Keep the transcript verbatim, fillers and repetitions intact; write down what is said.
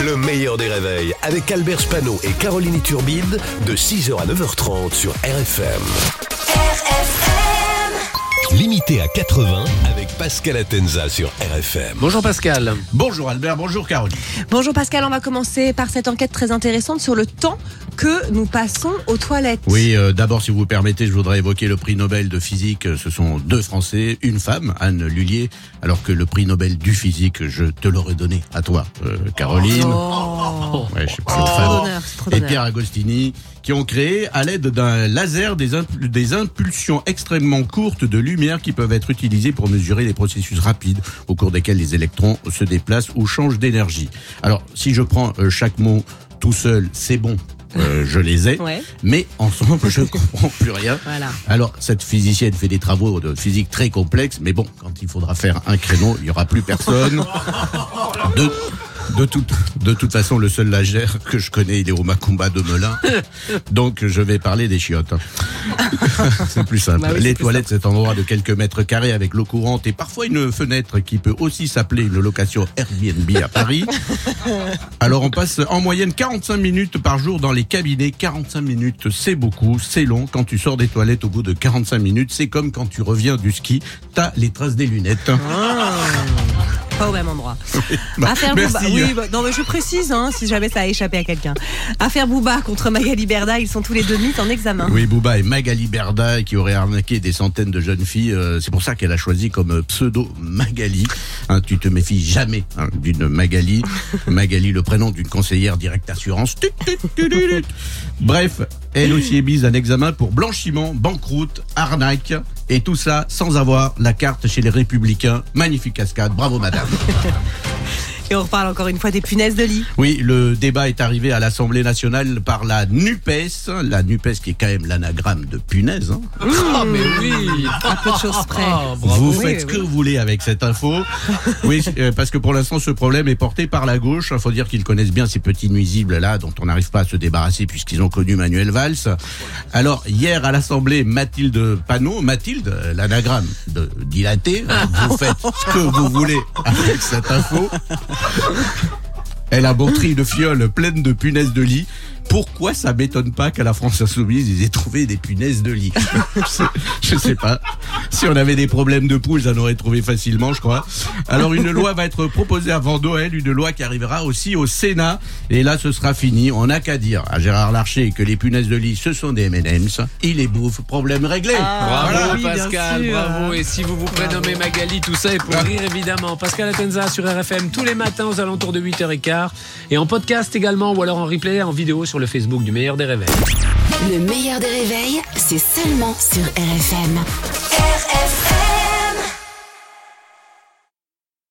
Le meilleur des réveils avec Albert Spano et Caroline Turbide de six heures à neuf heures trente sur R F M. R F M. Limité à quatre-vingts avec Pascal Atenza sur R F M. Bonjour Pascal. Bonjour Albert, bonjour Caroline. Bonjour Pascal, on va commencer par cette enquête très intéressante sur le temps que nous passons aux toilettes. Oui, euh, d'abord si vous vous permettez, je voudrais évoquer le prix Nobel de physique. Ce sont deux Français, une femme, Anne Lullier, alors que le prix Nobel du physique, je te l'aurais donné à toi, euh, Caroline. Oh. Ouais, je sais pas, C'est une trop femme. d'honneur, c'est trop Et d'honneur. Pierre Agostini, qui ont créé à l'aide d'un laser des, impu- des impulsions extrêmement courtes de lumière qui peuvent être utilisées pour mesurer les processus rapides au cours desquels les électrons se déplacent ou changent d'énergie. Alors, si je prends euh, chaque mot tout seul, c'est bon. Euh, je les ai, Ouais. mais ensemble je ne comprends plus rien. Voilà. Alors cette physicienne fait des travaux de physique très complexes, mais bon, quand il faudra faire un créneau, il n'y aura plus personne. De, de, toute, de toute façon, le seul lagère que je connais, il est au Macumba de Melun, donc je vais parler des chiottes. C'est plus simple. Bah oui, c'est Les plus toilettes, c'est un endroit de quelques mètres carrés avec l'eau courante et parfois une fenêtre qui peut aussi s'appeler une location Airbnb à Paris. Alors on passe en moyenne quarante-cinq minutes par jour dans les cabinets. quarante-cinq minutes, c'est beaucoup, c'est long. Quand tu sors des toilettes au bout de quarante-cinq minutes, c'est comme quand tu reviens du ski, t'as les traces des lunettes. Pas au même endroit. Bah, Affaire merci. Booba. Oui, bah, non, mais je précise, hein, si jamais ça a échappé à quelqu'un. Affaire Booba contre Magali Berda, ils sont tous les deux mis en examen. Oui, Booba et Magali Berda qui auraient arnaqué des centaines de jeunes filles. Euh, c'est pour ça qu'elle a choisi comme pseudo Magali. Hein, tu te méfies jamais hein, d'une Magali. Magali, le prénom d'une conseillère Direct Assurance. Tut, tut, tut, tut, tut. Bref, elle aussi est mise en examen pour blanchiment, banqueroute, arnaque. Et tout ça sans avoir la carte chez les Républicains. Magnifique cascade. Bravo madame. Et on reparle encore une fois des punaises de lit. Oui, le débat est arrivé à l'Assemblée nationale par la NUPES. La NUPES qui est quand même l'anagramme de punaise. Hein. Oh mais oui. À peu de choses près. Oh, bravo. Vous Oui, faites ce oui. que vous voulez avec cette info. Oui, euh, parce que pour l'instant, ce problème est porté par la gauche. Il faut dire qu'ils connaissent bien ces petits nuisibles-là dont on n'arrive pas à se débarrasser puisqu'ils ont connu Manuel Valls. Alors, hier à l'Assemblée, Mathilde Panot, Mathilde, euh, l'anagramme de dilaté, vous faites ce que vous voulez avec cette info. Elle a bourtri une fiole pleine de punaises de lit. Pourquoi ça m'étonne pas qu'à la France Insoumise, ils aient trouvé des punaises de lit? je, sais, je sais pas. Si on avait des problèmes de poules, ça en aurait trouvé facilement, je crois. Alors, une loi va être proposée avant Noël, une loi qui arrivera aussi au Sénat. Et là, ce sera fini. On n'a qu'à dire à Gérard Larcher que les punaises de lit, ce sont des M and M's. Il les bouffe, problème réglé. Ah, Bravo oui, bien Pascal, sûr. bravo. Et si vous vous prénommez Magali, tout ça est pour rire évidemment. Pascal Atenza sur R F M tous les matins aux alentours de huit heures quinze. Et en podcast également ou alors en replay, en vidéo sur le Facebook du meilleur des réveils. Le meilleur des réveils, c'est seulement sur R F M. R F M.